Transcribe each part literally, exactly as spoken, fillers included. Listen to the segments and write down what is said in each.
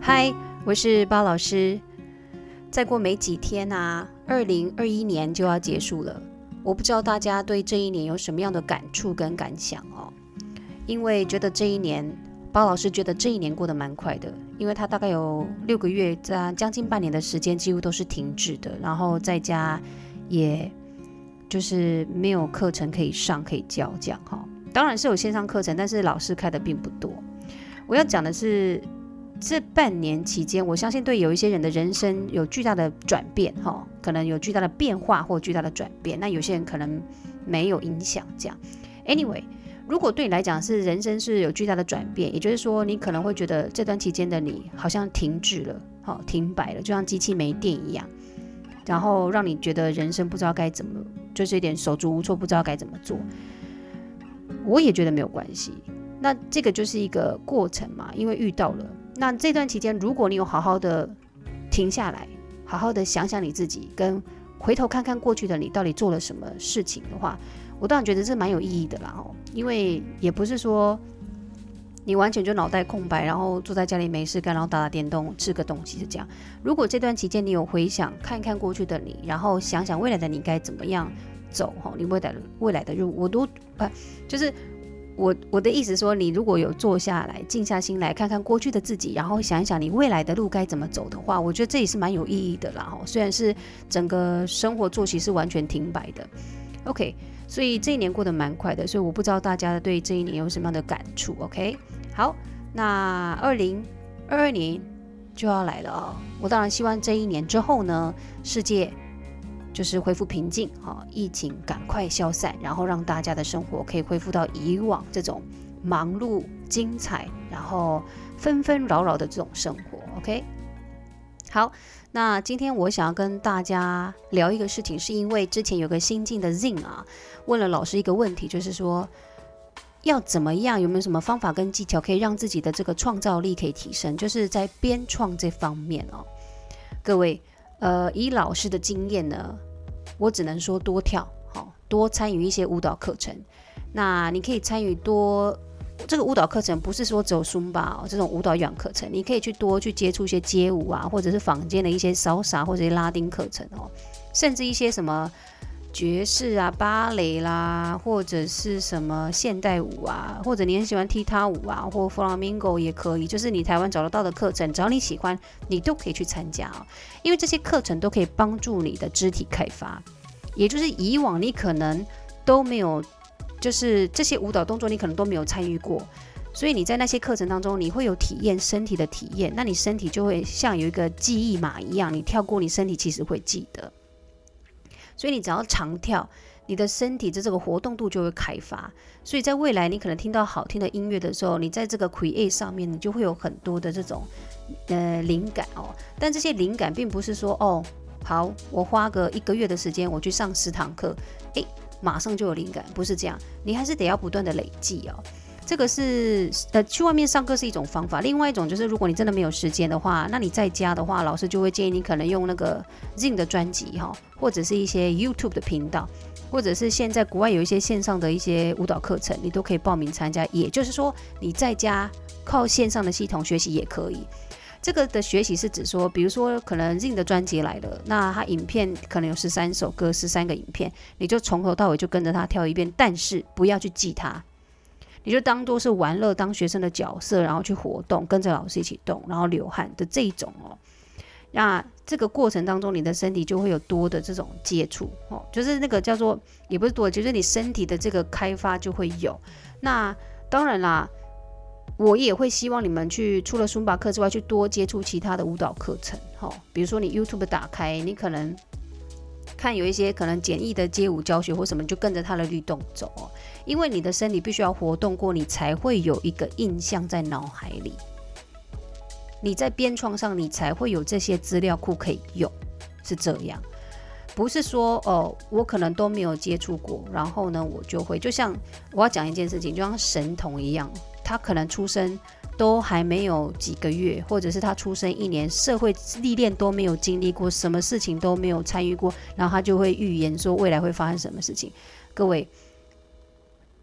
嗨，我是巴老师。再过没几天啊，二零二一年就要结束了。我不知道大家对这一年有什么样的感触跟感想哦。因为觉得这一年，巴老师觉得这一年过得蛮快的，因为他大概有六个月，在将近半年的时间几乎都是停滞的，然后在家也就是没有课程可以上可以教这样哈。当然是有线上课程，但是老师开的并不多。我要讲的是，这半年期间，我相信对有一些人的人生有巨大的转变，可能有巨大的变化或巨大的转变。那有些人可能没有影响。这样 ，anyway， 如果对你来讲是人生是有巨大的转变，也就是说，你可能会觉得这段期间的你好像停滞了，停摆了，就像机器没电一样，然后让你觉得人生不知道该怎么，就是有点手足无措，不知道该怎么做。我也觉得没有关系。那这个就是一个过程嘛，因为遇到了。那这段期间，如果你有好好的停下来，好好的想想你自己，跟回头看看过去的你到底做了什么事情的话，我当然觉得这蛮有意义的啦。因为也不是说你完全就脑袋空白，然后坐在家里没事干，然后打打电动，吃个东西是这样。如果这段期间你有回想，看看过去的你，然后想想未来的你该怎么样走，你未来的未来的路，我都不就是。我, 我的意思说，你如果有坐下来静下心来看看过去的自己，然后想一想你未来的路该怎么走的话，我觉得这也是蛮有意义的啦。虽然是整个生活作息是完全停摆的 OK， 所以这一年过得蛮快的，所以我不知道大家对这一年有什么样的感触。 OK， 好，那二零二二年就要来了哦。我当然希望这一年之后呢，世界就是恢复平静，疫情赶快消散，然后让大家的生活可以恢复到以往这种忙碌、精彩，然后纷纷扰扰的这种生活。 OK， 好，那今天我想要跟大家聊一个事情，是因为之前有个新进的 Zing 啊，问了老师一个问题，就是说要怎么样，有没有什么方法跟技巧可以让自己的这个创造力可以提升，就是在编创这方面哦。各位呃，以老师的经验呢，我只能说多跳，多参与一些舞蹈课程。那你可以参与多这个舞蹈课程，不是说只有 Zumba、哦、这种舞蹈有氧课程，你可以去多去接触一些街舞啊，或者是坊间的一些salsa或者是拉丁课程哦，甚至一些什么爵士啊、芭蕾啦，或者是什么现代舞啊，或者你很喜欢踢踏舞啊，或 Flamingo 也可以，就是你台湾找得到的课程，只要你喜欢，你都可以去参加哦。因为这些课程都可以帮助你的肢体开发，也就是以往你可能都没有，就是这些舞蹈动作你可能都没有参与过，所以你在那些课程当中，你会有体验身体的体验，那你身体就会像有一个记忆码一样，你跳过，你身体其实会记得。所以你只要常跳，你的身体的这个活动度就会开发，所以在未来你可能听到好听的音乐的时候，你在这个 create 上面你就会有很多的这种呃灵感哦。但这些灵感并不是说哦，好，我花个一个月的时间我去上十堂课，诶，马上就有灵感，不是这样，你还是得要不断的累积哦。这个是呃去外面上课是一种方法，另外一种就是如果你真的没有时间的话，那你在家的话，老师就会建议你可能用那个 Zing 的专辑哈，或者是一些 YouTube 的频道，或者是现在国外有一些线上的一些舞蹈课程，你都可以报名参加。也就是说，你在家靠线上的系统学习也可以。这个的学习是指说，比如说可能 Zing 的专辑来了，那它影片可能有十三首歌，十三个影片，你就从头到尾就跟着它跳一遍，但是不要去记它。你就当作是玩乐，当学生的角色，然后去活动，跟着老师一起动，然后流汗的这一种哦。那这个过程当中，你的身体就会有多的这种接触哦，就是那个叫做也不是多，就是你身体的这个开发就会有。那当然啦，我也会希望你们去除了 Zumba 课之外，去多接触其他的舞蹈课程哦。比如说你 YouTube 打开，你可能看有一些可能简易的街舞教学或什么，就跟着它的律动走哦。因为你的身体必须要活动过，你才会有一个印象在脑海里，你在编创上你才会有这些资料库可以用，是这样。不是说哦，我可能都没有接触过，然后呢我就会，就像我要讲一件事情，就像神童一样，他可能出生都还没有几个月，或者是他出生一年，社会历练都没有经历过，什么事情都没有参与过，然后他就会预言说未来会发生什么事情。各位，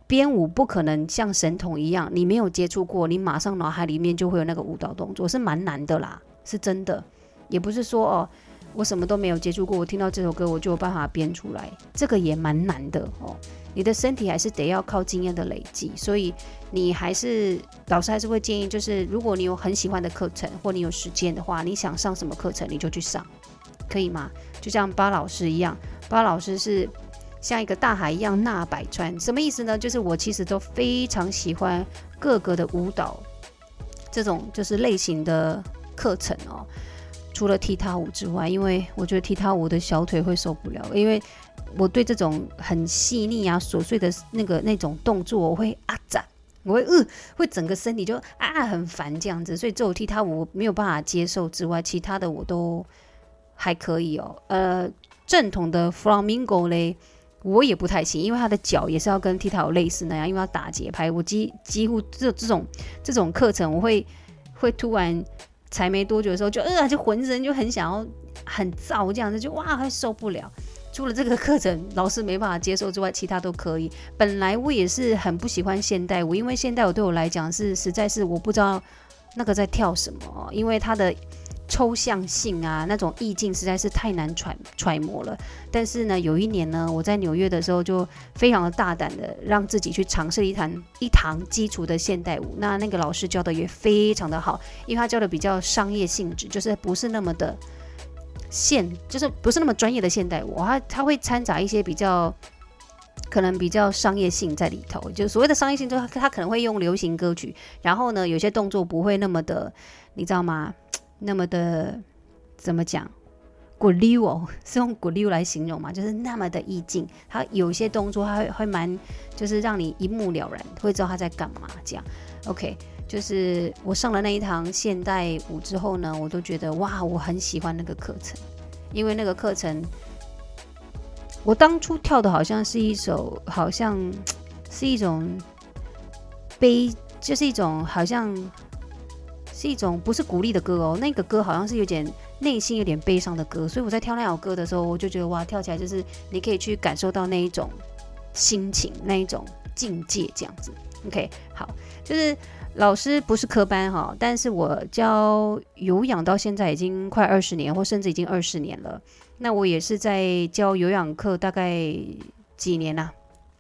编舞不可能像神童一样，你没有接触过，你马上脑海里面就会有那个舞蹈动作，是蛮难的啦，是真的。也不是说哦，我什么都没有接触过，我听到这首歌我就有办法编出来，这个也蛮难的哦。你的身体还是得要靠经验的累积，所以你还是老师还是会建议，就是如果你有很喜欢的课程，或你有时间的话，你想上什么课程你就去上，可以吗？就像巴老师一样，巴老师是像一个大海一样纳百川，什么意思呢？就是我其实都非常喜欢各个的舞蹈这种就是类型的课程哦。除了踢踏舞之外，因为我觉得踢踏舞的小腿会受不了，因为我对这种很细腻啊琐碎的那个那种动作我会啊咋，我会呃会整个身体就啊很烦这样子，所以这种踢踏舞我没有办法接受之外，其他的我都还可以哦。呃，正统的 Flamingo 嘞，我也不太行，因为他的脚也是要跟踢踏舞类似那样，因为要打节拍，我几几乎这这种这种课程我会会突然才没多久的时候就呃就浑身就很想要很燥这样子，就哇会受不了。除了这个课程老师没办法接受之外，其他都可以。本来我也是很不喜欢现代舞，因为现代舞对我来讲是实在是我不知道那个在跳什么，因为它的抽象性啊那种意境实在是太难揣揣摩了。但是呢，有一年呢，我在纽约的时候就非常的大胆的让自己去尝试一堂一堂基础的现代舞。那那个老师教的也非常的好，因为他教的比较商业性质，就是不是那么的现，就是不是那么专业的现代舞，他他会掺杂一些比较可能比较商业性在里头。就所谓的商业性，就是他可能会用流行歌曲，然后呢，有些动作不会那么的，你知道吗？那么的怎么讲？骨溜哦，是用骨溜来形容嘛，就是那么的意境。他有些动作，他会会蛮，就是让你一目了然，会知道他在干嘛这样。OK， 就是我上了那一堂现代舞之后呢，我都觉得哇，我很喜欢那个课程，因为那个课程，我当初跳的好像是一首，好像是一种悲，就是一种好像。是一种不是鼓励的歌哦，那个歌好像是有点内心有点悲伤的歌，所以我在跳那首歌的时候，我就觉得哇，跳起来就是你可以去感受到那一种心情，那一种境界这样子。OK， 好，就是老师不是科班哈，但是我教有氧到现在已经快二十年，或甚至已经二十年了。那我也是在教有氧课大概几年啊？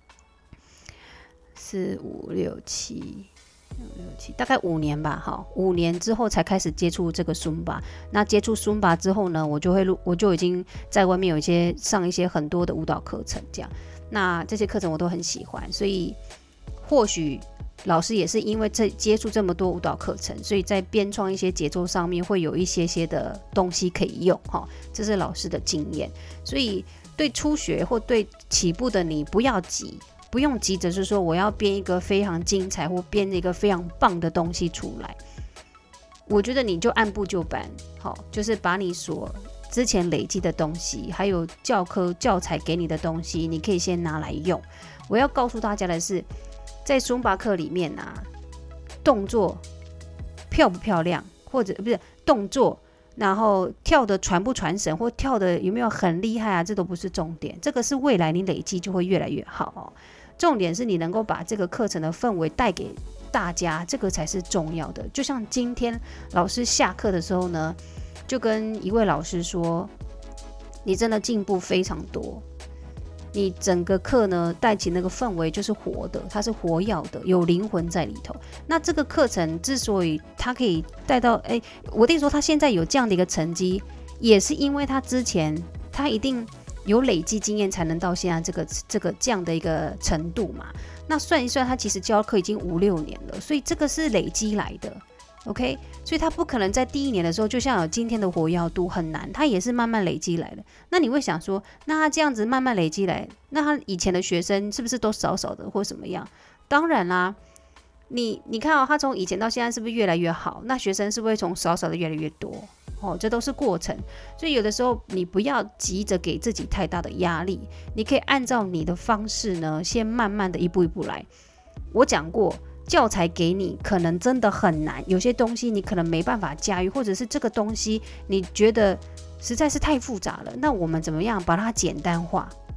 四五六七。大概五年吧，好，五年之后才开始接触这个孙巴。那接触孙巴之后呢，我就会我就已经在外面有一些上一些很多的舞蹈课程，这样。那这些课程我都很喜欢，所以或许老师也是因为这接触这么多舞蹈课程，所以在编创一些节奏上面会有一些些的东西可以用，哈，这是老师的经验。所以对初学或对起步的你不要急。不用急着是说我要编一个非常精彩或编一个非常棒的东西出来，我觉得你就按部就班，好，就是把你所之前累积的东西，还有教科教材给你的东西，你可以先拿来用。我要告诉大家的是，在孙巴课里面啊，动作漂不漂亮，或者不是动作，然后跳的传不传神，或跳的有没有很厉害啊，这都不是重点，这个是未来你累积就会越来越好哦。重点是你能够把这个课程的氛围带给大家，这个才是重要的。就像今天老师下课的时候呢，就跟一位老师说，你真的进步非常多，你整个课呢带起那个氛围就是活的，它是活跃的，有灵魂在里头。那这个课程之所以它可以带到，哎，我跟你说，他现在有这样的一个成绩，也是因为他之前他一定有累积经验才能到现在这个这个这样的一个程度嘛。那算一算，他其实教课已经五六年了，所以这个是累积来的。OK， 所以他不可能在第一年的时候就像有今天的活跃度，很难，他也是慢慢累积来的。那你会想说，那他这样子慢慢累积来，那他以前的学生是不是都少少的或什么样？当然啦，你你看哦，他从以前到现在是不是越来越好？那学生是不是会从少少的越来越多？哦，这都是过程。所以有的时候你不要急着给自己太大的压力，你可以按照你的方式呢，先慢慢的一步一步来。我讲过，教材给你可能真的很难，有些东西你可能没办法驾驭，或者是这个东西你觉得实在是太复杂了，那我们怎么样把它简单化？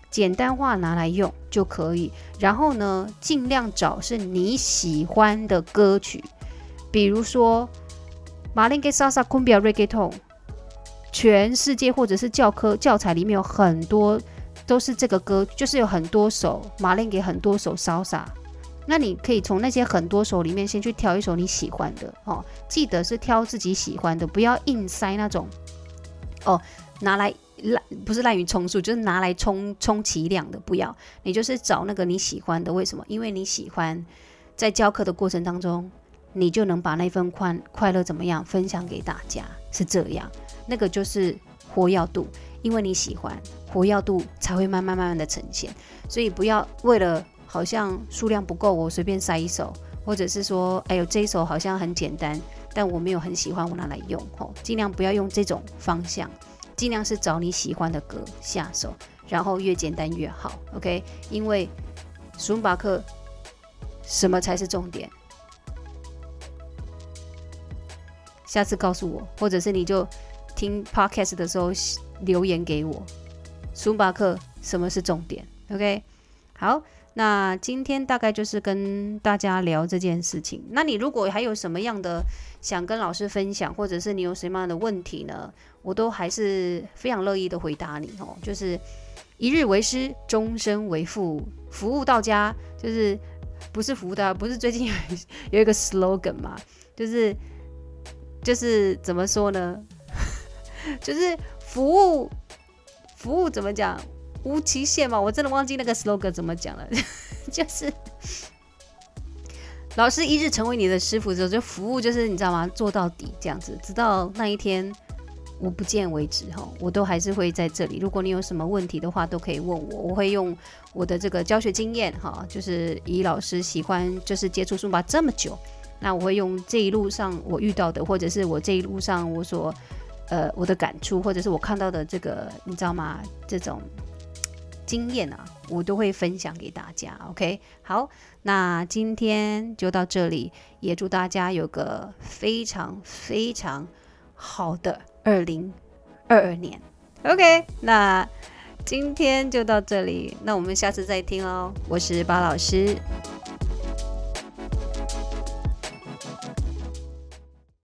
简单化拿来用就可以。然后呢，尽量找是你喜欢的歌曲，比如说马林给萨萨昆比亚 reggaeton， 全世界或者是教科教材里面有很多都是这个歌，就是有很多首马林给很多首 salsa。那你可以从那些很多首里面先去挑一首你喜欢的哦，记得是挑自己喜欢的，不要硬塞那种哦，拿来不是滥竽充数，就是拿来充充其量的，不要。你就是找那个你喜欢的，为什么？因为你喜欢，在教课的过程当中，你就能把那份快快乐怎么样分享给大家，是这样。那个就是活跃度，因为你喜欢，活跃度才会慢慢慢慢的呈现。所以不要为了好像数量不够，我随便塞一首，或者是说，哎呦这一首好像很简单，但我没有很喜欢，我拿来用，吼，尽量不要用这种方向，尽量是找你喜欢的歌下手，然后越简单越好 ，OK？ 因为苏姆巴克什么才是重点？下次告诉我，或者是你就听 podcast 的时候留言给我，苏姆巴克什么是重点 ？OK？ 好。那今天大概就是跟大家聊这件事情。那你如果还有什么样的想跟老师分享，或者是你有什么样的问题呢，我都还是非常乐意的回答你哦。就是一日为师，终身为父，服务到家，就是不是服务到，不是最近有有一个 slogan 嘛，就是就是怎么说呢？就是服务服务怎么讲？无期限嘛，我真的忘记那个 slogan 怎么讲了，就是老师一日成为你的师傅之后，就服务就是你知道吗？做到底这样子，直到那一天我不见为止哈，我都还是会在这里。如果你有什么问题的话，都可以问我，我会用我的这个教学经验哈，就是以老师喜欢就是接触苏巴这么久，那我会用这一路上我遇到的，或者是我这一路上我所呃我的感触，或者是我看到的这个你知道吗？这种经验啊，我都会分享给大家 OK。 好，那今天就到这里，也祝大家有个非常非常好的二零二二年 OK。 那今天就到这里，那我们下次再听哦。我是巴老师。